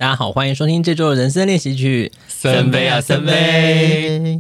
大家好，欢迎收听这周的人生练习曲。 森杯啊森杯！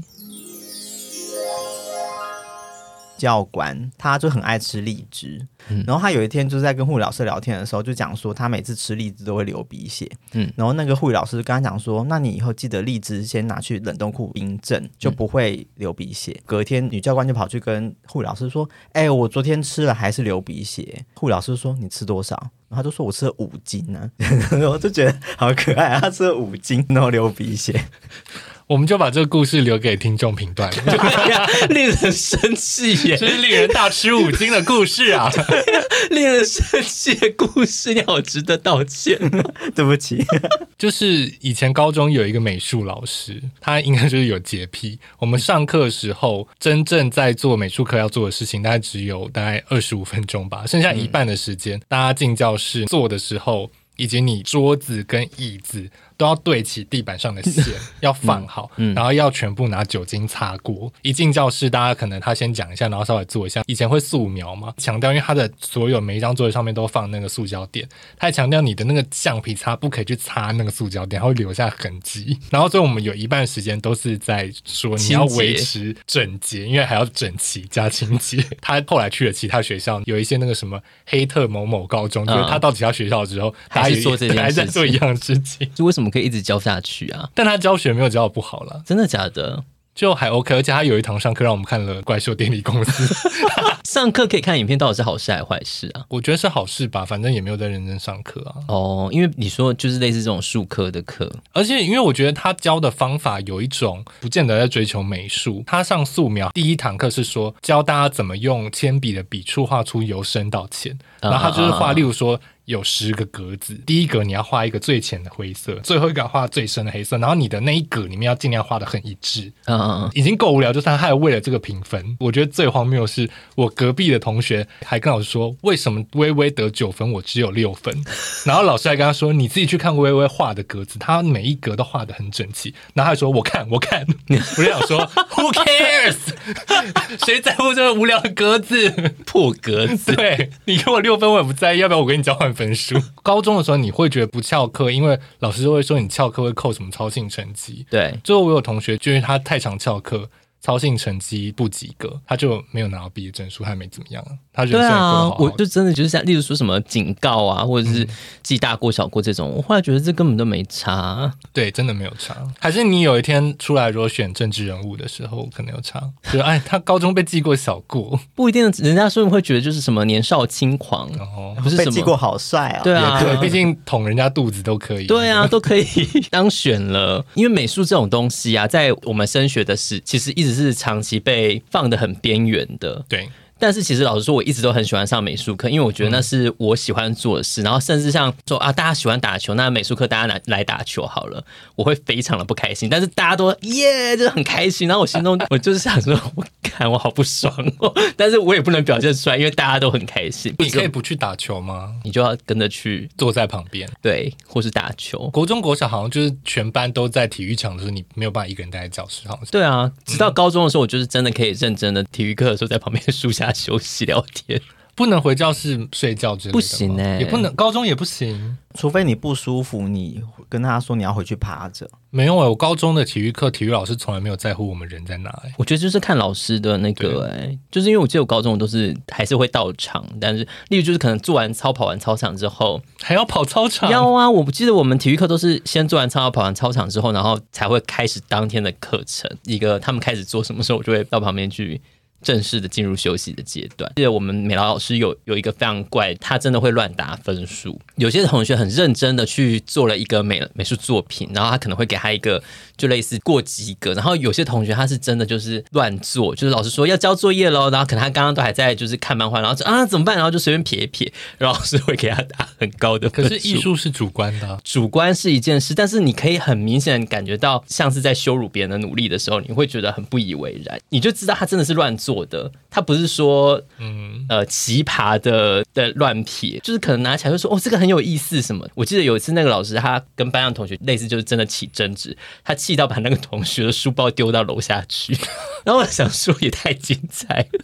教官他就很爱吃荔枝，然后他有一天就在跟护理老师聊天的时候就讲说他每次吃荔枝都会流鼻血，然后那个护理老师跟他讲说，那你以后记得荔枝先拿去冷冻库冰镇，就不会流鼻血。隔天女教官就跑去跟护理老师说，我昨天吃了还是流鼻血。护理老师说你吃多少？然后他就说我吃了5斤啊，然后我就觉得好可爱啊，他吃了5斤然后流鼻血。 我们就把这个故事留给听众评断， 令人生气耶！ 这是令人大吃5斤的故事啊！ 令人生气的故事，你好值得道歉。 对不起， 就是以前高中有一个美术老师，他应该就是有洁癖。我们上课的时候，真正在做美术课要做的事情，大概只有大概25分钟吧，剩下一半的时间，大家进教室做的时候，以及你桌子跟椅子都要对齐地板上的线，要放好，然后要全部拿酒精擦过。一进教室，大家可能他先讲一下，然后稍微做一下。以前会素描嘛，强调因为他的所有每一张桌子上面都放那个塑胶垫，他还强调你的那个橡皮擦不可以去擦那个塑胶垫，它会留下痕迹。然后所以我们有一半时间都是在说你要维持整洁，因为还要整齐加清洁。他后来去了其他学校，有一些那个什么黑特某某高中，就是他到其他学校之后， 还是做这件事情， 还在做一样的事情。 就为什么可以一直教下去啊？ 但他教学没有教的不好啦， 真的假的？ 就还 OK， 而且他有一堂上课让我们看了怪兽电力公司。 上课可以看影片，到底是好事还是坏事啊？ 我觉得是好事吧，反正也没有在认真上课啊。 哦，因为你说就是类似这种术科的课， 而且因为我觉得他教的方法有一种不见得在追求美术。他上素描第一堂课是说教大家怎么用铅笔的笔触画出由深到浅，然后他就是画，例如说有10个格子，第一格你要画一个最浅的灰色，最后一个要画最深的黑色，然后你的那一格里面要尽量画得很一致。已经够无聊，就是他还为了这个评分。我觉得最荒谬的是我隔壁的同学还跟老师说，为什么微微得9分我只有6分，然后老师还跟他说你自己去看微微画的格子，他每一格都画得很整齐，然后他还说我看我就想说Who cares 谁在乎这个无聊的格子破格子？ 对，你给我6分我也不在意，要不要我跟你交换分数？高中的时候你会觉得不翘课，因为老师就会说你翘课会扣什么操性成绩。 对， 最后我有同学就是他太常翘课，操性成绩不及格，他就没有拿到毕业证书，他也没怎么样，他人生也过得好好。 我就真的就是像例如说什么警告啊，或者是记大过小过这种，我后来觉得这根本都没差。 对，真的没有差。还是你有一天出来如果选政治人物的时候可能有差，就他高中被记过小过， 不一定，人家说会觉得就是什么年少轻狂，不是什么被记过好帅啊。 对啊， 对，毕竟捅人家肚子都可以。 对啊，都可以当选了。因为美术这种东西啊，在我们升学的时其实一直是长期被放得很边缘的。 对。 但是其实老实说，我一直都很喜欢上美术课，因为我觉得那是我喜欢做的事。然后甚至像说大家喜欢打球，那美术课大家来打球好了，我会非常的不开心。但是大家都耶，就很开心。然后我心中我就是想说，我好不爽哦。但是我也不能表现出来，因为大家都很开心。 你可以不去打球吗？ 你就要跟着去坐在旁边， 对，或是打球。 国中国小好像就是全班都在体育场的时候，你没有办法一个人待在教室，好像是。 对啊，直到高中的时候，我就是真的可以认真的体育课的时候，在旁边树下休息聊天。 不能回教室睡觉之类的吗？ 不行也不能，高中也不行， 除非你不舒服，你跟他说你要回去趴着。 没有我高中的体育课，体育老师从来没有在乎我们人在哪。 我觉得就是看老师的那个就是因为我记得我高中我都是还是会到场，但是例如就是可能做完操跑完操场之后还要跑操场。 要啊，我记得我们体育课都是先做完操跑完操场之后，然后才会开始当天的课程。一个他们开始做什么时候，我就会到旁边去正式的进入休息的阶段。记得我们美劳老师有一个非常怪，他真的会乱打分数。有些同学很认真的去做了一个美术作品，然后他可能会给他一个就类似过及格，然后有些同学他是真的就是乱做，就是老师说要交作业咯，然后可能他刚刚都还在就是看漫画，然后就怎么办，然后就随便撇一撇，然后老师会给他打很高的分数。 可是艺术是主观的主观是一件事，但是你可以很明显感觉到像是在羞辱别人的努力的时候，你会觉得很不以为然，你就知道他真的是乱做的，他不是说奇葩的乱撇，就是可能拿起来就说这个很有意思什么。我记得有一次那个老师他跟班上同学类似就是真的起争执，他气到把那个同学的书包丢到楼下去，然后我想说也太精彩了。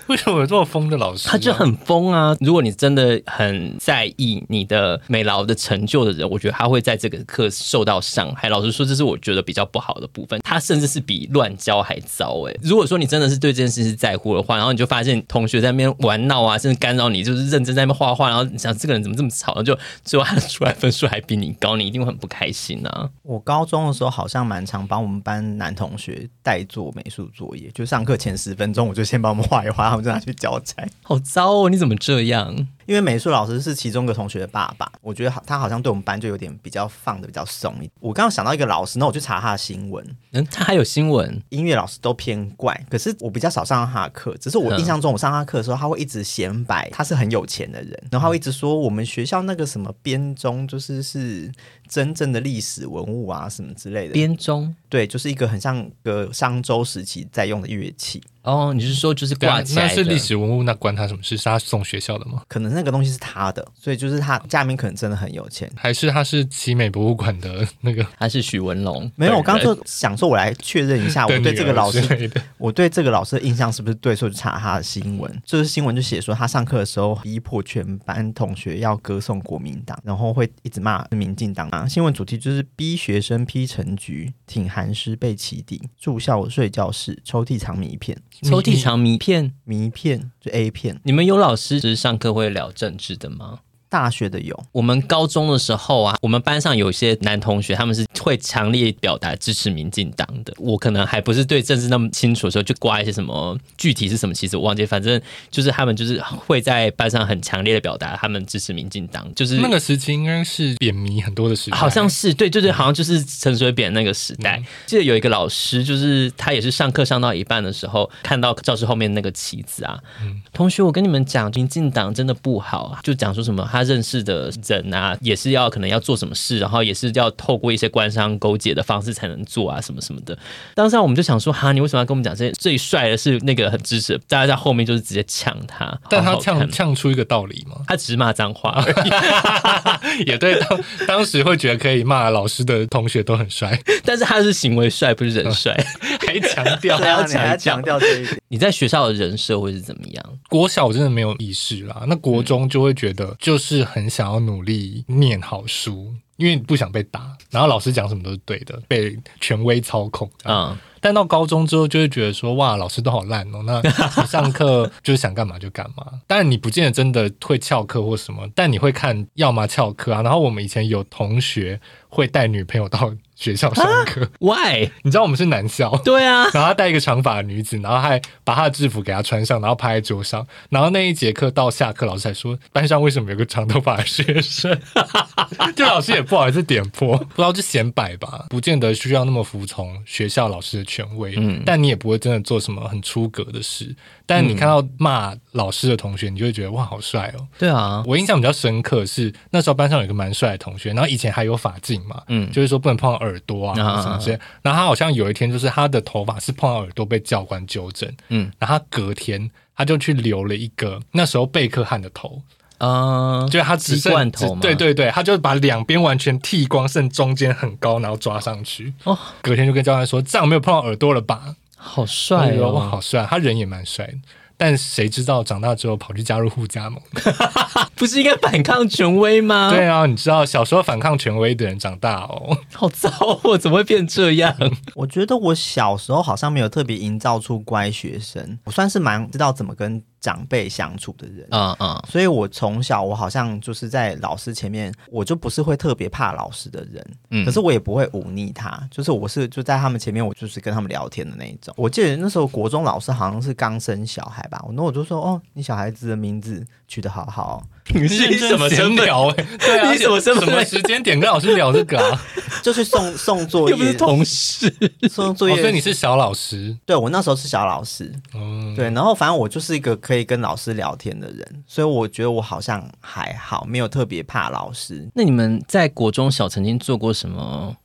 为什么有这么疯的老师？ 他就很疯啊！如果你真的很在意你的美劳的成就的人，我觉得他会在这个课受到伤害。老实说，这是我觉得比较不好的部分。他甚至是比乱教还糟哎！如果说你真的是对这件事是在乎的话，然后你就发现同学在那边玩闹啊，甚至干扰你，就是认真在那边画画，然后你想这个人怎么这么吵，然后就最后他出来分数还比你高，你一定会很不开心啊！ 我高中的时候好像蛮常帮我们班男同学代做美术作业，就上课前10分钟，我就先帮他们画一画，他们就拿去交差。 好糟哦！你怎么这样？ 因为美术老师是其中一个同学的爸爸，我觉得他好像对我们班就有点比较放的比较松一点。我刚刚想到一个老师，那我去查他的新闻。 他还有新闻？ 音乐老师都偏怪，可是我比较少上他的课。只是我印象中，我上他课的时候，他会一直显摆他是很有钱的人，然后他会一直说我们学校那个什么编钟是真正的历史文物啊什么之类的。 编钟？ 对，就是一个很像个商周时期在用的乐器。 哦，你是说就是挂起来的？ 那是历史文物，那关他什么事？是他送学校的吗？ 可能那个东西是他的，所以就是他家里面可能真的很有钱， 还是他是奇美博物馆的那个？ 他是许文龙？ 没有，我刚刚就想说，我来确认一下，我对这个老师，我对这个老师的印象是不是对？所以就查他的新闻，就是新闻就写说他上课的时候逼迫全班同学要歌颂国民党，然后会一直骂民进党啊。新闻主题就是逼学生批成局，挺韩师被起底，住校睡教室，抽屉藏迷片。 抽屉藏迷片就 A 片。 你们有老师只是上课会聊政治的吗？ 大学的有， 我们高中的时候啊，我们班上有一些男同学，他们是会强烈表达支持民进党的。我可能还不是对政治那么清楚的时候，就挂一些什么具体是什么，其实我忘记，反正就是他们就是会在班上很强烈的表达他们支持民进党。就是那个时期应该是扁迷很多的时代， 好像是对，好像就是陈水扁那个时代。记得有一个老师，就是他也是上课上到一半的时候，看到教室后面那个旗子啊，同学，我跟你们讲，民进党真的不好啊，就讲说什么他认识的人啊，也是可能要做什么事，然后也是要透过一些官商勾结的方式才能做啊，什么什么的。当时我们就想说，哈，你为什么要跟我们讲这些？最帅的是那个很支持，大家在后面就是直接呛他， 但他呛出一个道理吗？ 他只是骂脏话而已。也对，当时会觉得可以骂老师的同学都很帅， 但是他是行为帅，不是人帅， 还强调， 还强调这一点。 你在学校的人设会是怎么样？ 国小我真的没有意识啦，那国中就会觉得就是很想要努力念好书，因为你不想被打，然后老师讲什么都是对的，被权威操控。但到高中之后就会觉得说，哇，老师都好烂哦，那你上课就是想干嘛就干嘛。当然你不见得真的会翘课或什么，但你会看要么翘课啊。然后我们以前有同学会带女朋友到学校上课。 Why？ 你知道我们是男校， 对啊， 然后他带一个长发的女子，然后还把她的制服给她穿上，然后趴在桌上，然后那一节课到下课，老师才说班上为什么有个长头发的学生，就老师也不好意思点破，不知道是显摆吧，不见得需要那么服从学校老师的权威，但你也不会真的做什么很出格的事。但你看到骂老师的同学，你就会觉得哇，好帅哦。 对啊， 我印象比较深刻是那时候班上有一个蛮帅的同学，然后以前还有发镜嘛，就是说不能碰到耳朵啊什么之类。然后他好像有一天就是他的头发是碰到耳朵被教官纠正，然后他隔天他就去留了一个那时候贝克汉的头。就是他只剩罐头嘛， 对，他就把两边完全剃光，剩中间很高，然后抓上去。隔天就跟教官说，这样没有碰到耳朵了吧？ 好帅哦， 好帅，他人也蛮帅的。但谁知道长大之后跑去加入护家盟， 不是应该反抗权威吗？ 对啊，你知道小时候反抗权威的人长大好糟哦，怎么会变这样？ 我觉得我小时候好像没有特别营造出乖学生，我算是蛮知道怎么跟长辈相处的人，所以我从小我好像就是在老师前面，我就不是会特别怕老师的人，可是我也不会忤逆他，就是我是就在他们前面，我就是跟他们聊天的那一种。我记得那时候国中老师好像是刚生小孩吧，那我就说哦，你小孩子的名字取得好好， 你是什么身份？对啊， 你什么身份？ 什么时间点跟老师聊这个啊？ 就是送作业， 又不是同事， 送作业。 所以你是小老师？ 对，我那时候是小老师，对，然后反正我就是一个可以跟老师聊天的人，所以我觉得我好像还好，没有特别怕老师。 那你们在国中小曾经做过什么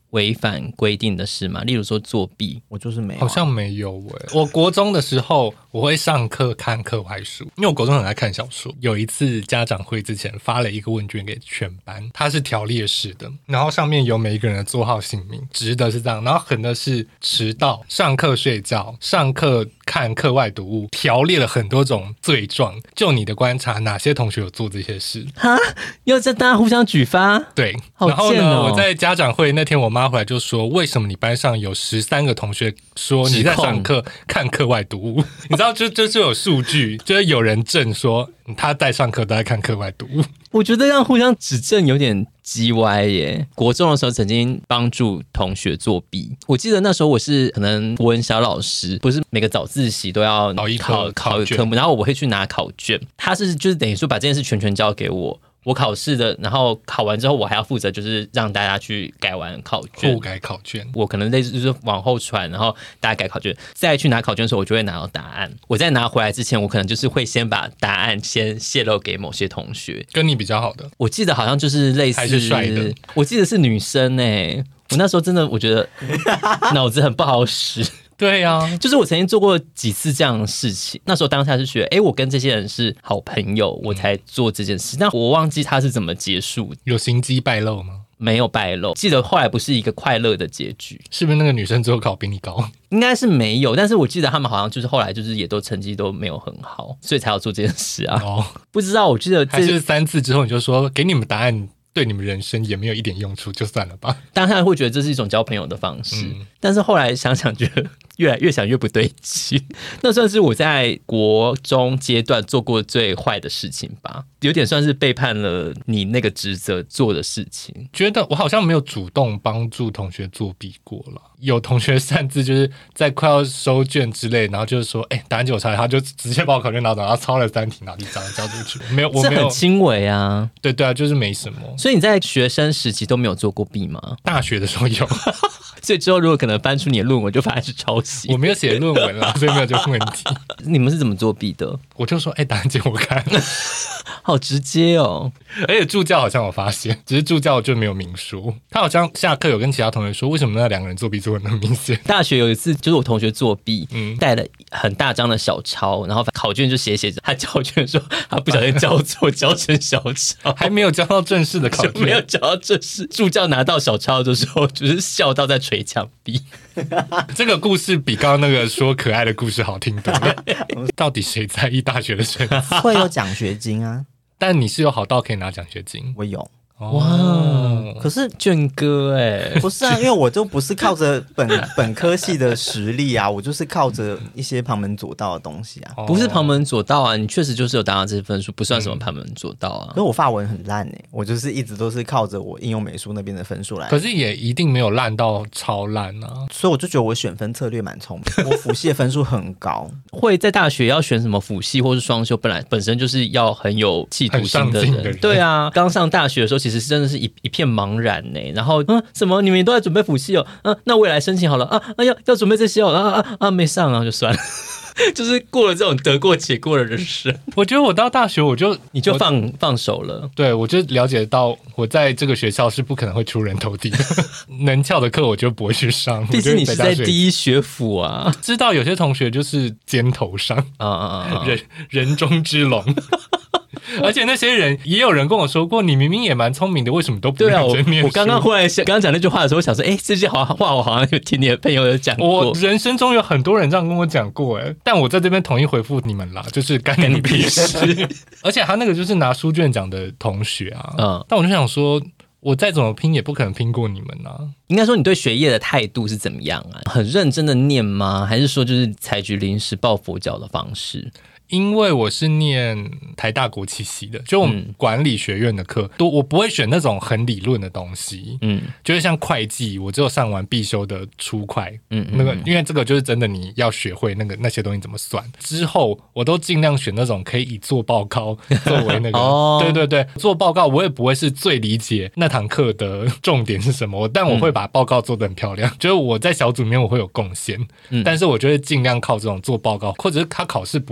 违反规定的事吗？例如说作弊？ 我就是没有、 好像没有我国中的时候，我会上课看课外书，因为我国中很爱看小说。有一次家长会之前发了一个问卷给全班，它是条列式的，然后上面有每一个人的座号姓名，直的是这样，然后横的是迟到、上课睡觉、上课看课外读物，条列了很多种罪状。就你的观察，哪些同学有做这些事？ 哈，要在大家互相举发？ 对， 好然后贱呢， 哦我在家长会那天，我妈回来就说，为什么你班上有13个同学说你在上课看课外读物？你知道，就有数据，就是有人证说他在上课都在看课外读物。 我觉得这样互相指正有点鸡歪耶。国中的时候曾经帮助同学作弊，我记得那时候我是可能国文小老师，不是每个早自习都要考一科目，然后我会去拿考卷，他是就是等于说把这件事全交给我。我考试的，然后考完之后，我还要负责就是让大家去改完考卷， 互改考卷。 我可能类似就是往后传，然后大家改考卷，再去拿考卷的时候，我就会拿到答案。我在拿回来之前，我可能就是会先把答案先泄露给某些同学。 跟你比较好的， 我记得好像就是类似， 还是帅的， 我记得是女生欸。我那时候真的我觉得脑子很不好使。 对啊， 就是我曾经做过几次这样的事情，那时候当下是觉得，我跟这些人是好朋友，我才做这件事。但我忘记他是怎么结束的。 有心机败露吗？ 没有败露，记得后来不是一个快乐的结局。 是不是那个女生最后考比你高？ 应该是没有，但是我记得他们好像就是后来就是也都成绩都没有很好，所以才要做这件事啊。不知道，我记得还是3次之后你就说给你们答案。对你们人生也没有一点用处，就算了吧。 当然会觉得这是一种交朋友的方式，但是后来想想，觉得越想越不对劲。那算是我在国中阶段做过最坏的事情吧，有点算是背叛了你那个职责做的事情。 觉得我好像没有主动帮助同学作弊过了。有同学擅自就是在快要收卷之类，然后就是说，答案借我抄，他就直接把我考卷拿走，然后抄了3题，拿一张交出去。没有，我没有， 这很轻微啊。 对啊，就是没什么。 所以你在学生时期都没有做过弊吗？ 大学的时候有。 所以之后如果可能翻出你的论文，就发现是抄袭。 我没有写论文啦，所以没有这个问题。 你们是怎么作弊的？ 我就说，答案借我看。 好直接哦。 而且助教好像有发现，只是助教就没有明说。他好像下课有跟其他同学说，为什么那2个人作弊做得那么明显？ 大学有一次就是我同学作弊，带了很大张的小抄，然后考卷就写着，他交卷说他不小心交错，交成小抄， 还没有交到正式的考卷， 没有交到正式。助教拿到小抄的时候，就是笑到在捶墙壁。 这个故事比刚刚那个说可爱的故事好听多了。到底谁在意大学的成绩？ 会有奖学金啊。 但你是有好到可以拿奖学金？ 我有。 哇！ 可是卷哥不是啊，因为我就不是靠着本科系的实力啊，我就是靠着一些旁门左道的东西啊。 不是旁门左道啊，你确实就是有达到这些分数，不算什么旁门左道啊。 可是我法文很烂我就是一直都是靠着我应用美术那边的分数来。 可是也一定没有烂到超烂啊， 所以我就觉得我选分策略蛮聪明，我辅系的分数很高。 会在大学要选什么辅系或是双修，本身就是要很有企图心的人。对啊，刚上大学的时候其实是真的是一片茫然呢。然后什么你们都在准备辅系哦，那未来申请好了要准备这些哦，没上就算了。就是过了这种得过且过的人生。 我觉得我到大学你就放手了。 对，我就了解到我在这个学校是不可能会出人头地的。能翘的课我就不会去上， 毕竟你是在第一学府啊。 知道有些同学就是肩头上人中之龙。而且那些人也有人跟我说过，你明明也蛮聪明的，为什么都不认真念书？ 我刚刚忽然刚刚讲那句话的时候，我想说，这句话我好像有听你的朋友有讲过。 我人生中有很多人这样跟我讲过，但我在这边统一回复你们啦，就是干你屁事。而且他那个就是拿书卷奖的同学啊，但我就想说，我再怎么拼也不可能拼过你们啊。 应该说你对学业的态度是怎么样啊？很认真的念吗？还是说就是采取临时抱佛脚的方式？ 因为我是念台大国企系的，就我们管理学院的课，我不会选那种很理论的东西，就是像会计，我只有上完必修的初会，那个因为这个就是真的你要学会那些东西怎么算。之后我都尽量选那种可以以做报告作为那个，对，做报告我也不会是最理解那堂课的重点是什么，但我会把报告做得很漂亮，就是我在小组里面我会有贡献，但是我就会尽量靠这种做报告，或者是他考试不会考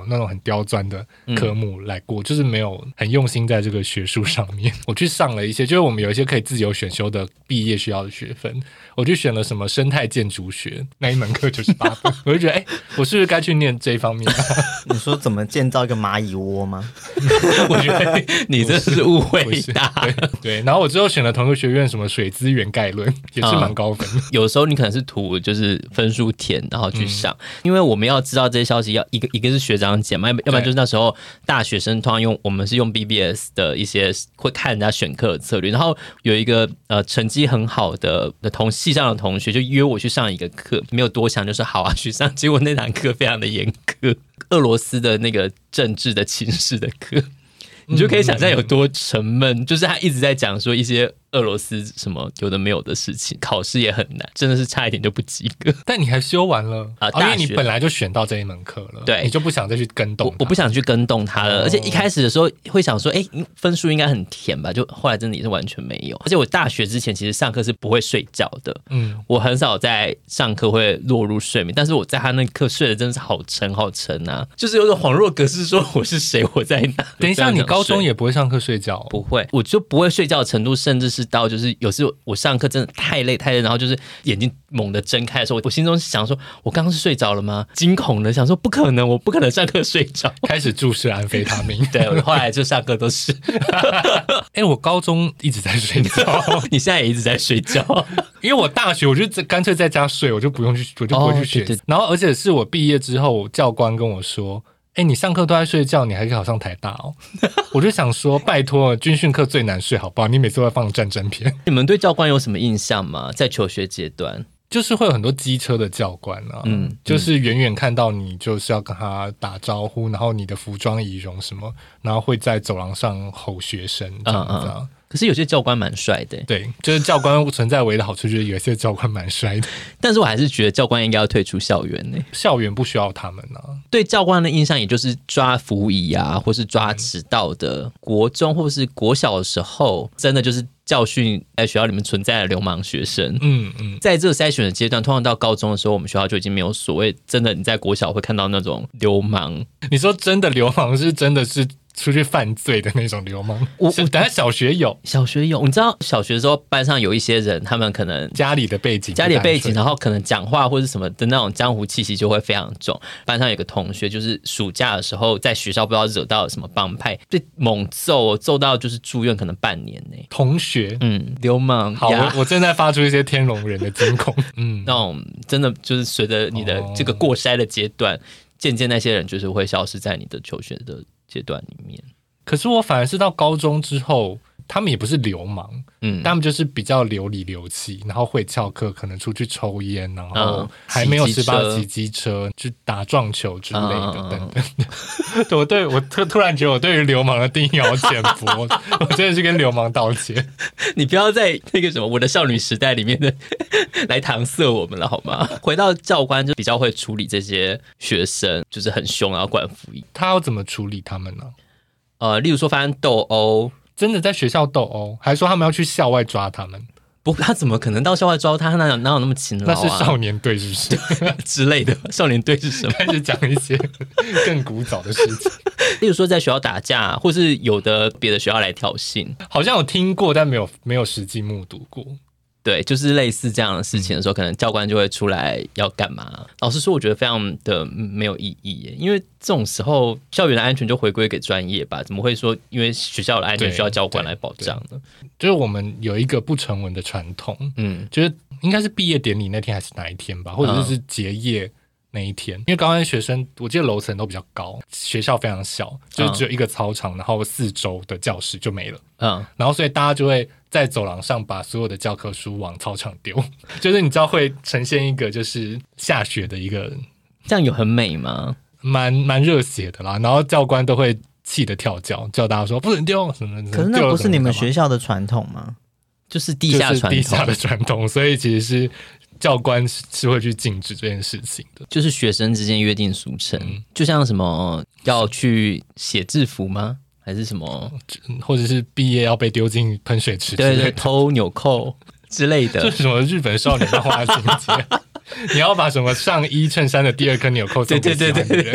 那种很刁钻的科目来过，就是没有很用心在这个学术上面。我去上了一些，就是我们有一些可以自由选修的毕业需要的学分，我去选了什么生态建筑学那一门课98分，我就觉得我是不是该去念这一方面你说怎么建造一个蚂蚁窝吗？ 我觉得你这是误会大。 对，然后我之后选了同一个学院什么水资源概论，也是蛮高分的。 有时候你可能是图就是分数填然后去上，因为我们要知道这些消息，要一个是学长姐嘛，要不然就是那时候大学生通常我们是用 BBS 的一些会看人家选课的策略，然后有一个成绩很好的系上的同学就约我去上一个课，没有多想就是好啊去上，结果那堂课非常的严苛，俄罗斯的那个政治的情势的课。你就可以想象有多沉闷，就是他一直在讲说一些俄罗斯什么有的没有的事情，考试也很难，真的是差一点就不及格。 但你还修完了因为你本来就选到这一门课了， 对， 你就不想再去跟动我不想去跟动它了。而且一开始的时候会想说，分数应该很甜吧，就后来真的也是完全没有。而且我大学之前其实上课是不会睡觉的，我很少在上课会落入睡眠，但是我在他那课睡的真的是好沉好沉啊，就是有种恍若隔世，说我是谁，我在哪。 等一下，你高中也不会上课睡觉？ 不会，我就不会睡觉的程度，甚至是到就是有时候我上课真的太累，然后就是眼睛猛地睁开的时候，我心中想说，我刚刚是睡着了吗？惊恐的想说，不可能，我不可能上课睡着， 开始注射安非他命。 对，我后来就上课都是。 我高中一直在睡觉， 你现在也一直在睡觉， 因为我大学我就干脆在家睡，我就不用去，我就不会去学。对，然后而且是我毕业之后，教官跟我说，你上课都在睡觉，你还可以考上台大哦。我就想说，拜托，军训课最难睡，好不好？你每次都在放战争片。 你们对教官有什么印象吗？在求学阶段， 就是会有很多机车的教官啊，就是远远看到你就是要跟他打招呼，然后你的服装仪容什么，然后会在走廊上吼学生这样子啊。 可是有些教官蛮帅的， 对，就是教官存在唯一的好处就是有些教官蛮帅的， 但是我还是觉得教官应该要退出校园呢。 校园不需要他们啊。 对教官的印象也就是抓服仪啊，或是抓迟到的。国中或是国小的时候，真的就是教训在学校里面存在的流氓学生。在这个筛选的阶段，通常到高中的时候，我们学校就已经没有所谓真的你在国小会看到那种流氓。 你说真的流氓是真的是出去犯罪的那种流氓？我等下小学有， 你知道小学的时候班上有一些人，他们可能家里的背景， 然后可能讲话或是什么的那种江湖气息就会非常重。班上有个同学就是暑假的时候在学校不知道惹到了什么帮派，被猛揍到就是住院可能半年呢。 同学， 流氓。 好，我正在发出一些天龙人的惊恐。 那种真的就是随着你的这个过筛的阶段，渐渐那些人就是会消失在你的求学的阶段里面。 可是我反而是到高中之后，他们也不是流氓，他们就是比较流里流气，然后会翘课，可能出去抽烟，然后还没有18骑机车，去打撞球之类的等等。我突然觉得我对于流氓的定义好浅薄，我真的是跟流氓道歉。 你不要在那个什么我的少女时代里面的来搪塞我们了好吗？回到教官就比较会处理这些学生，就是很凶然后管服役。 他要怎么处理他们呢？ 例如说发生斗殴， 真的在学校斗殴，还说他们要去校外抓他们？ 不，他怎么可能到校外抓他？哪有那么勤劳啊？ 那是少年队是不是之类的？少年队是什么？ 开始讲一些更古早的事情， 例如说在学校打架，或是有的别的学校来挑衅， 好像有听过，但没有实际目睹过。 对，就是类似这样的事情的时候，可能教官就会出来要干嘛。老实说，我觉得非常的没有意义耶，因为这种时候校园的安全就回归给专业吧，怎么会说因为学校的安全需要教官来保障呢？ 就是我们有一个不成文的传统，就是应该是毕业典礼那天还是哪一天吧，或者是结业那一天，因为高安学生我记得楼层都比较高，学校非常小，就是只有一个操场，然后4周的教室就没了，然后所以大家就会在走廊上把所有的教科书往操场丢，就是你知道会呈现一个就是下雪的一个， 这样有很美吗？ 蛮热血的啦，然后教官都会气得跳脚，叫大家说不能丢什么。 可是那不是你们学校的传统吗？ 就是地下传统， 地下的传统，所以其实是教官是会去禁止这件事情的， 就是学生之间约定俗成，就像什么要去写制服吗？还是什么， 或者是毕业要被丢进喷水池之类的， 对，偷纽扣之类的， 就是什么日本少年漫画情节。你要把什么上衣衬衫的第2颗纽扣送给喜欢的人，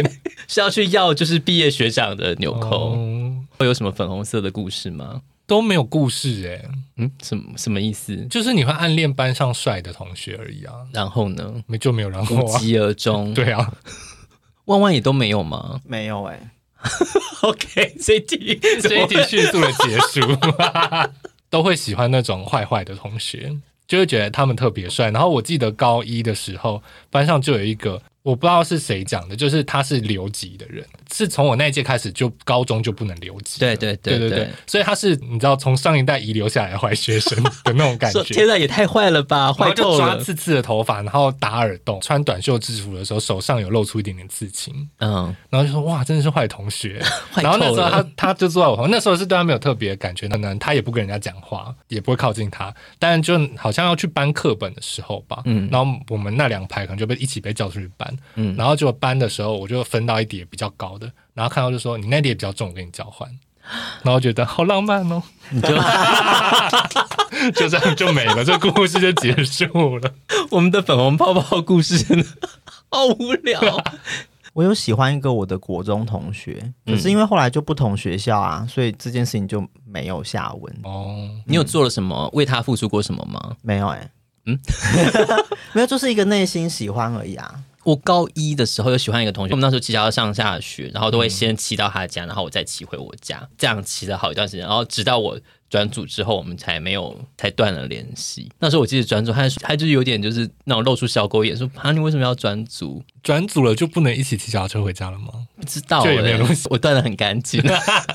是要去要就是毕业学长的纽扣。会有什么粉红色的故事吗？ 都没有故事什么意思？ 就是你会暗恋班上帅的同学而已啊。 然后呢？ 就没有然后无疾而终。 对啊， 万万也都没有吗？ 没有 OK， 这一题迅速的结束。都会喜欢那种坏坏的同学，就会觉得他们特别帅。然后我记得高一的时候，班上就有一个。我不知道是谁讲的，就是他是留级的人，是从我那一届开始就高中就不能留级。对，所以他是你知道从上一代遗留下来的坏学生的那种感觉。 天哪，也太坏了吧！坏透了。 然后就抓刺刺的头发，然后打耳洞，穿短袖制服的时候手上有露出一点点刺青。然后就说哇，真的是坏同学。然后那时候他就坐在我旁边，那时候是对他没有特别的感觉，可能他也不跟人家讲话，也不会靠近他，但就好像要去搬课本的时候吧，然后我们那2排可能就一起被叫出去搬。然后就搬的时候，我就分到一叠比较高的，然后看到就说你那叠比较重，我跟你交换。然后觉得好浪漫哦，你就就这样就没了，这故事就结束了。 我们的粉红泡泡故事真的好无聊。 我有喜欢一个我的国中同学，可是因为后来就不同学校啊，所以这件事情就没有下文。 你有做了什么？为他付出过什么吗？ 没有没有，就是一个内心喜欢而已啊。 我高一的时候有喜欢一个同学，我们那时候骑脚踏上下学，然后都会先骑到他家，然后我再骑回我家，这样骑了好一段时间，然后直到我转组之后，我们才断了联系。那时候我记得转组，他就是有点就是那种露出小狗眼，说啊，你为什么要转组？ 转组了就不能一起骑脚踏车回家了吗？ 不知道， 就也没有东西， 我断得很干净。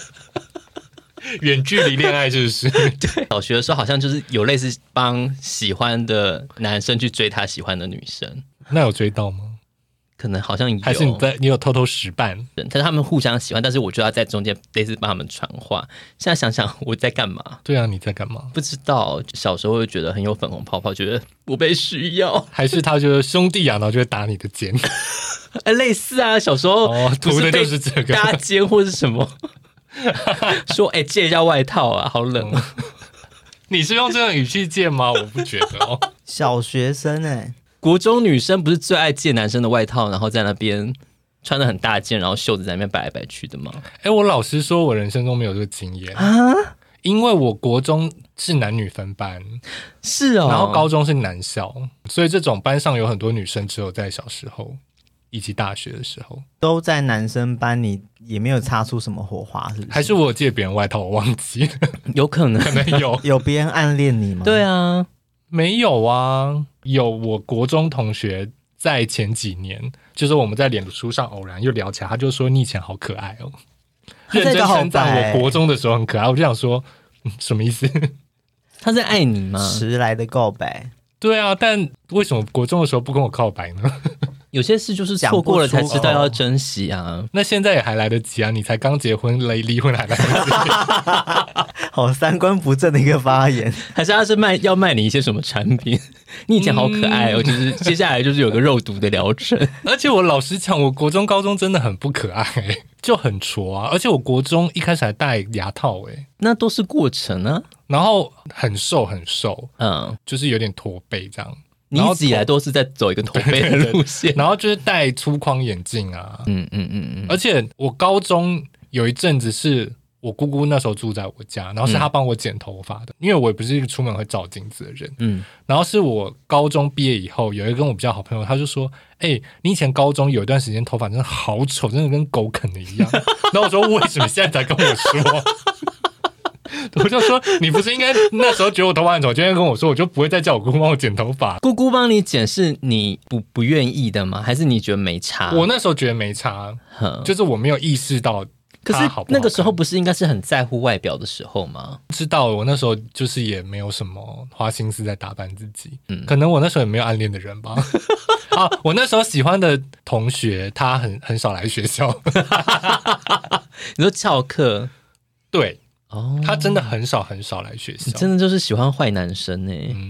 远距离恋爱是不是？ 对，小学的时候好像就是有类似帮喜欢的男生去追他喜欢的女生， 那有追到吗？ 可能好像有， 还是你有偷偷实办？ 但是他们互相喜欢，但是我就要在中间类似帮他们传话。现在想想我在干嘛？ 对啊，你在干嘛？ 不知道，小时候会觉得很有粉红泡泡，觉得我被需要， 还是他觉得兄弟啊，然后就会打你的肩？ 类似啊，小时候图的就是这个搭肩或是什么，说借一下外套啊，好冷。 你是用这种语气借吗？我不觉得哦。 小学生国中女生不是最爱借男生的外套，然后在那边穿得很大件，然后袖子在那边摆来摆去的吗？ 我老实说，我人生中没有这个经验啊，因为我国中是男女分班， 是哦， 然后高中是男校，所以这种班上有很多女生，只有在小时候以及大学的时候都在男生班，你也没有擦出什么火花，是不是？ 还是我有借别人外套，我忘记了， 有可能有别人暗恋你吗？ 对啊。 没有啊，有我国中同学在前几年，就是我们在脸书上偶然又聊起来，他就说你以前好可爱哦，认真称赞我国中的时候很可爱，我就想说，什么意思？ 他在爱你吗？ 迟来的告白。 对啊，但为什么国中的时候不跟我告白呢？ 有些事就是错过了才知道要珍惜啊。 那现在也还来得及啊，你才刚结婚，离婚还来得及。 好三观不正的一个发言。 还是他是要卖你一些什么产品？你以前好可爱哦，就是接下来就是有个肉毒的疗程。 而且我老实讲，我国中高中真的很不可爱，就很挫啊。而且我国中一开始还戴牙套那都是过程啊。 然后很瘦，就是有点驼背这样。 你一直以来都是在走一个驼背的路线， 然后就是戴粗框眼镜啊，而且我高中有一阵子是我姑姑那时候住在我家，然后是她帮我剪头发的，因为我也不是一个出门会照镜子的人，然后是我高中毕业以后，有一个跟我比较好朋友，他就说，你以前高中有一段时间头发真的好丑，真的跟狗啃的一样，然后我说为什么现在才跟我说？我就说你不是应该那时候觉得我头发很丑，今天跟我说，我就不会再叫我姑姑帮我剪头发。 姑姑帮你剪是你不愿意的吗？还是你觉得没差？ 我那时候觉得没差，就是我没有意识到它好不好看。 可是那个时候不是应该是很在乎外表的时候吗？ 知道我那时候就是也没有什么花心思在打扮自己，可能我那时候也没有暗恋的人吧。我那时候喜欢的同学他很少来学校。 你说翘课？ 对。他真的很少来学校， 你真的就是喜欢坏男生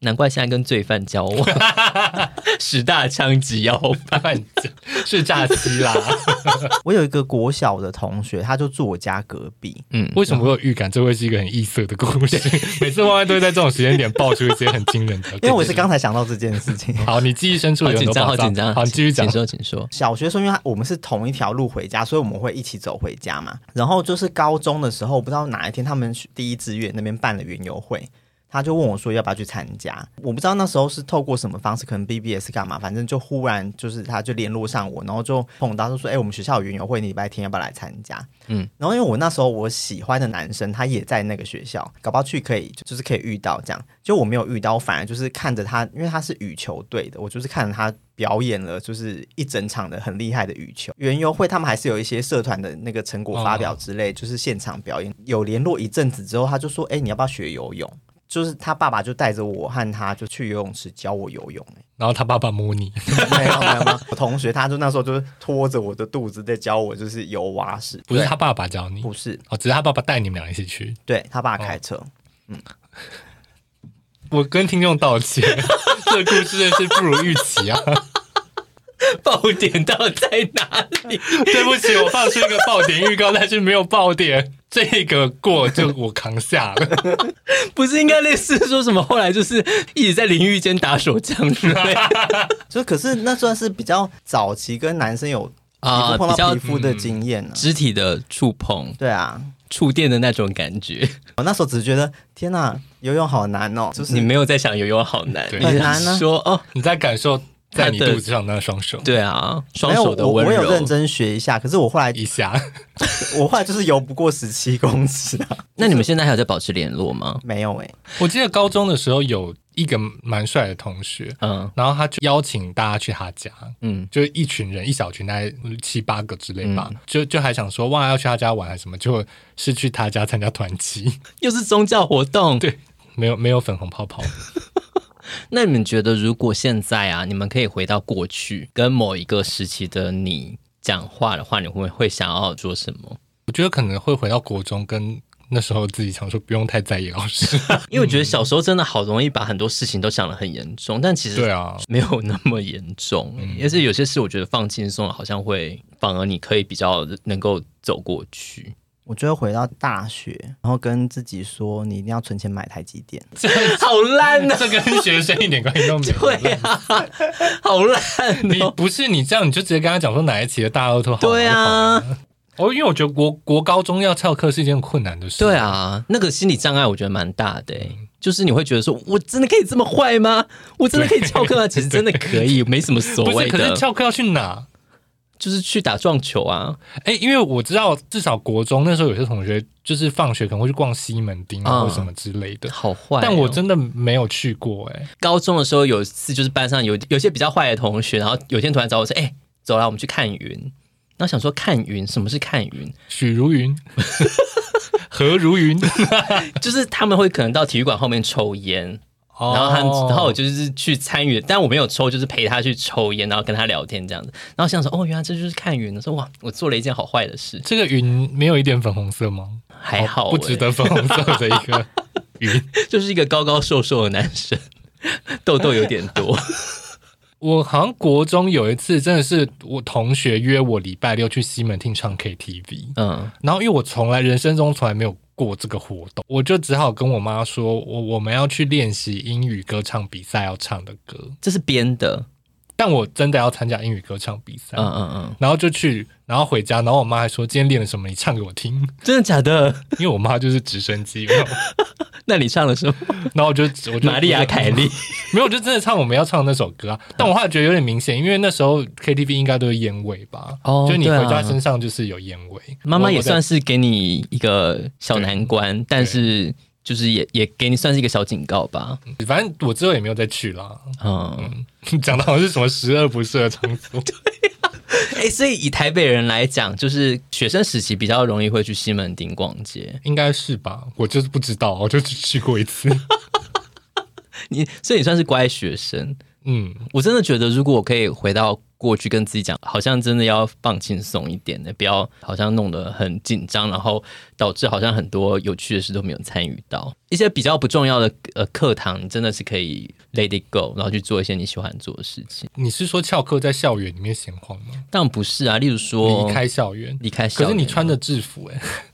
难怪现在跟罪犯交往，10大枪击要犯， 是诈欺啦。 我有一个国小的同学，他就住我家隔壁。 为什么我有预感这会是一个很异色的故事？每次万万都会在这种时间点爆出一些很惊人的。 因为我是刚才想到这件事情。 好，你记忆深处有很多宝藏。 好紧张， 好，你继续讲。 请说。 小学的时候，因为我们是同一条路回家，所以我们会一起走回家嘛。然后就是高中的时候，不知道哪一天他们第一志愿那边办了园游会。他就问我说要不要去参加，我不知道那时候是透过什么方式，可能 BBS 干嘛，反正就忽然就是他就联络上我，然后就碰到就说我们学校有园游会，你礼拜天要不要来参加？然后因为我那时候我喜欢的男生他也在那个学校，搞不好去可以就是可以遇到这样，就我没有遇到，我反而就是看着他，因为他是羽球队的，我就是看着他表演了就是一整场的很厉害的羽球。园游会他们还是有一些社团的那个成果发表之类，就是现场表演。有联络一阵子之后，他就说你要不要学游泳？就是他爸爸就带着我和他就去游泳池教我游泳。 然后他爸爸摸你？ 没有，我同学他就那时候就是拖着我的肚子在教我就是游蛙式。 不是他爸爸教你？ 不是只是他爸爸带你们俩一起去。 对，他爸开车。 我跟听众道歉，这个故事真是不如预期啊。 爆点到底在哪里？ 对不起，我放出一个爆点预告，但是没有爆点，这个过就我扛下了。 不是应该类似说什么后来就是一直在淋浴间打手枪之类的？ 就可是那算是比较早期跟男生有碰到皮肤的经验肢体的触碰。 对啊， 触电的那种感觉。 我那时候只是觉得天哪，游泳好难哦，就是你没有在想游泳好难， 很难啊。 说你在感受在你肚子上那双手。 对啊，双手的温柔。 我有认真学一下，可是我后来我后来就是游不过17公尺啊。 那你们现在还有在保持联络吗？ 没有我记得高中的时候有一个蛮帅的同学，然后他就邀请大家去他家，就一群人，一小群大概7、8个之类吧，就还想说哇要去他家玩还是什么，就是去他家参加团契， 又是宗教活动。 对，没有粉红泡泡。 那你们觉得如果现在啊，你们可以回到过去跟某一个时期的你讲话的话，你会想要说什么？ 我觉得可能会回到国中，跟那时候自己想说不用太在意老师。 因为我觉得小时候真的好容易把很多事情都想得很严重，但其实没有那么严重。而且有些事我觉得放轻松了，好像会反而你可以比较能够走过去。 我觉得回到大学，然后跟自己说，你一定要存钱买台积电。 好烂啊！ 这跟学生一点关系都没有。 对啊，好烂你不是你这样，你就直接跟他讲说哪一期的大乐透好。 对啊。 因为我觉得国高中要翘课是一件很困难的事。 对啊，那个心理障碍我觉得蛮大的就是你会觉得说，我真的可以这么坏吗？我真的可以翘课吗？其实真的可以，没什么所谓的。 可是翘课要去哪？ 就是去打撞球啊！ 因为我知道至少国中那时候有些同学就是放学可能会去逛西门町或什么之类的， 好坏但我真的没有去过高中的时候有一次就是班上有些比较坏的同学，然后有天突然找我说：“走啦，我们去看云。”然后想说看云，什么是看云？ 许如云，何如云， 就是他们会可能到体育馆后面抽烟。然后我就是去参与，但我没有抽，就是陪他去抽烟，然后跟他聊天这样子。然后想说，原来这就是看云。说哇，我做了一件好坏的事。 这个云没有一点粉红色吗？ 还好， 不值得粉红色的一个云， 就是一个高高瘦瘦的男生，痘痘有点多。 我好像国中有一次，真的是我同学约我礼拜6去西门町唱 KTV，然后因为我人生中从来没有过这个活动，我就只好跟我妈说，我们要去练习英语歌唱比赛要唱的歌， 这是编的， 但我真的要参加英语歌唱比赛，然后就去，然后回家，然后我妈还说今天练了什么，你唱给我听。 真的假的？ 因为我妈就是直升机。 那你唱了什么？ 然后我就玛丽亚凯莉。 没有，我就真的唱我们要唱的那首歌啊。但我后来觉得有点明显，因为那时候 KTV 应该都是烟味吧，就你回家身上就是有烟味。 妈妈也算是给你一个小难关，但是就是也给你算是一个小警告吧。 反正我之后也没有再去啦。讲的好像是什么12不适合场所。 对啊。所以以台北人来讲，就是学生时期比较容易会去西门町逛街， 应该是吧？我就是不知道，我就只去过一次。所以你算是乖学生。我真的觉得如果我可以回到过去跟自己讲，好像真的要放轻松一点的，不要好像弄得很紧张，然后导致好像很多有趣的事都没有参与到。一些比较不重要的课堂，你真的是可以 let it go， 然后去做一些你喜欢做的事情。 你是说翘课在校园里面闲晃吗？ 当然不是啊，例如说离开校园， 可是你穿着制服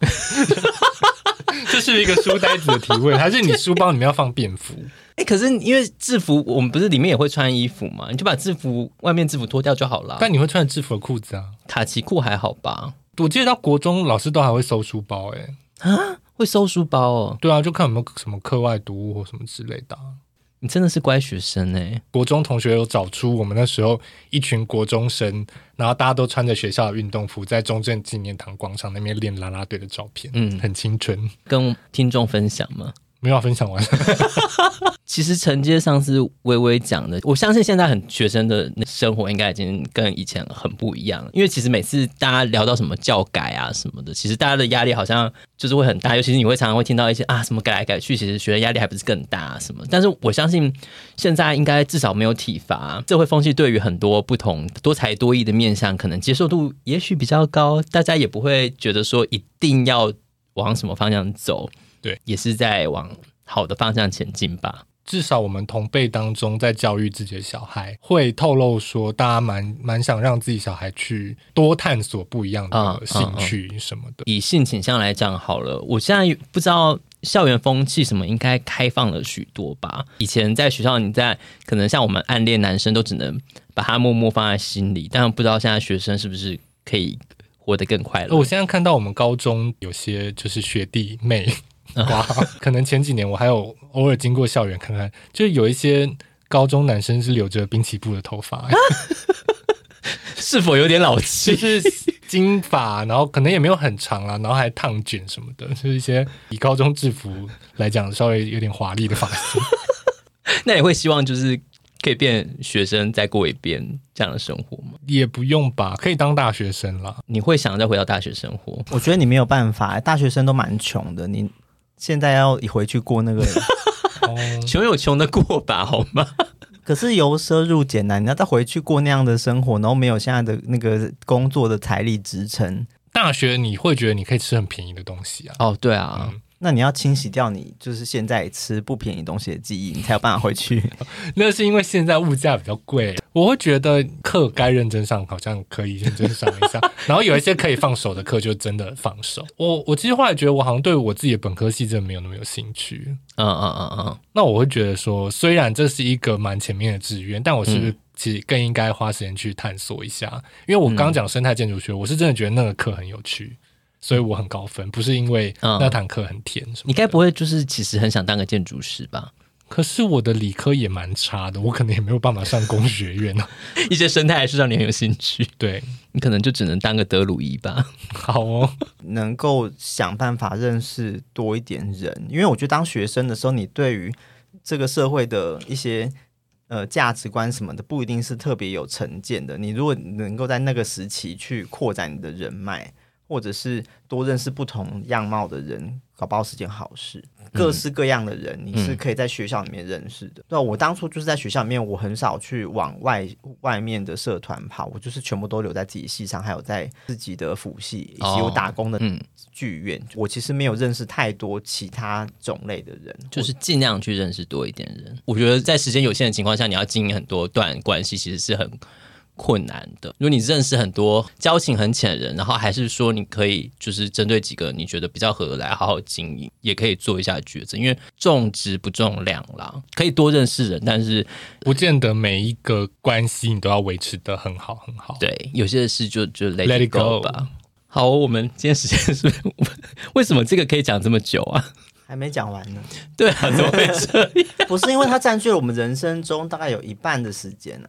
这是一个书呆子的提问，还是你书包里面要放便服？ 可是因为制服我们不是里面也会穿衣服嘛，你就把外面制服脱掉就好了。 但你会穿制服的裤子啊？ 卡其裤还好吧？ 我记得到国中老师都还会收书包会收书包哦？ 对啊，就看有没有什么课外读物或什么之类的你真的是乖学生国中同学有找出我们那时候一群国中生，然后大家都穿着学校的运动服，在中正纪念堂广场那边练啦啦队的照片，很青春。 跟听众分享吗？ 没有分享完其实承接上次微微讲的，我相信现在学生的生活应该已经跟以前很不一样了。因为其实每次大家聊到什么教改啊什么的，其实大家的压力好像就是会很大，尤其是你会常常会听到一些什么改来改去，其实学生压力还不是更大什么。但是我相信现在应该至少没有体罚，社会风气对于很多不同多才多艺的面向，可能接受度也许比较高，大家也不会觉得说一定要往什么方向走。 对， 也是在往好的方向前进吧。 至少我们同辈当中，在教育自己的小孩，会透露说，大家蛮想让自己小孩去多探索不一样的兴趣什么的。 以性倾向来讲好了，我现在不知道校园风气什么应该开放了许多吧。以前在学校，你在可能像我们暗恋男生都只能把他默默放在心里，但不知道现在学生是不是可以活得更快乐。 我现在看到我们高中有些就是学弟妹。哇，可能前几年我还有偶尔经过校园看看，就有一些高中男生是留着滨崎步的头发是否有点老气？ 就是金发，然后可能也没有很长啦，然后还烫卷什么的，就是一些以高中制服来讲稍微有点华丽的发型那你会希望就是可以变学生再过一遍这样的生活吗？ 也不用吧，可以当大学生啦。 你会想再回到大学生活？ 我觉得你没有办法，大学生都蛮穷的，你现在要回去过那个穷有穷的过吧，好吗？ 可是由奢入俭难，你要再回去过那样的生活，然后没有现在的那个工作的财力支撑。 大学你会觉得你可以吃很便宜的东西啊？ 哦，对啊。 那你要清洗掉你就是现在吃不便宜东西的记忆，你才有办法回去那是因为现在物价比较贵，我会觉得课该认真上好像可以认真上一下然后有一些可以放手的课就真的放手。我其实后来觉得我好像对我自己的本科系真的没有那么有兴趣。那我会觉得说虽然这是一个蛮前面的志愿，但我是不是其实更应该花时间去探索一下。因为我刚讲生态建筑学，我是真的觉得那个课很有趣，所以我很高分，不是因为那堂课很甜什么的。 你该不会就是其实很想当个建筑师吧？ 可是我的理科也蛮差的，我可能也没有办法上工学院一些生态还是让你很有兴趣。 对， 你可能就只能当个德鲁伊吧。 好哦， 能够想办法认识多一点人，因为我觉得当学生的时候，你对于这个社会的一些价值观什么的，不一定是特别有成见的。你如果能够在那个时期去扩展你的人脉，或者是多认识不同样貌的人，搞不好是件好事。各式各样的人你是可以在学校里面认识的。对啊，我当初就是在学校里面，我很少去往外面的社团跑，我就是全部都留在自己系上，还有在自己的辅系以及我打工的剧院。我其实没有认识太多其他种类的人， 就是尽量去认识多一点人。我觉得在时间有限的情况下，你要经营很多段关系，其实是很困难的。如果你认识很多交情很浅的人，然后还是说你可以就是针对几个你觉得比较合得来好好经营，也可以做一下抉择。因为重质不重量啦，可以多认识人，但是不见得每一个关系你都要维持得很好很好。 对，有些事就 let it go 吧。好，我们今天时间是不是为什么这个可以讲这么久啊？ 还没讲完呢。 对啊，怎么会这样？ 不是因为它占据了我们人生中大概有一半的时间啊。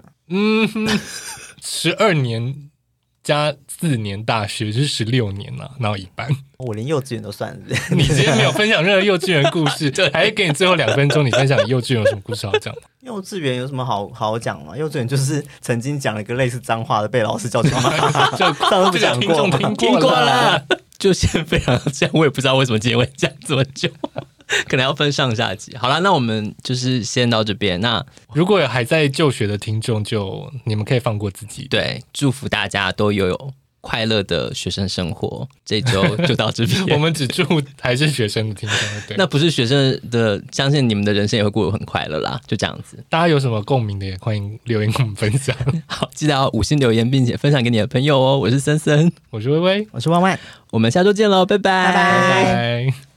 12年加4年大学就是16年了，然后一半。 我连幼稚园都算了。 你今天没有分享任何幼稚园故事，还给你最后2分钟，你分享你幼稚园有什么故事要讲吗？ 幼稚园有什么好讲吗？幼稚园就是曾经讲了一个类似脏话的，被老师叫去骂。上次不讲过吗？ 听过了。就先分享这样，我也不知道为什么今天会讲这么久。 可能要分上下集。好啦，那我们就是先到这边。那如果有还在就学的听众，就你们可以放过自己。 对，祝福大家都有快乐的学生生活。这周就到这边。 我们只祝还是学生的听众，对， 那不是学生的，相信你们的人生也会过得很快乐啦。就这样子， 大家有什么共鸣的，也欢迎留言跟我们分享。 好，记得要5星留言，并且分享给你的朋友哦。我是森森， 我是微微， 我是万万， 我们下周见喽，拜拜， 拜拜。 拜拜。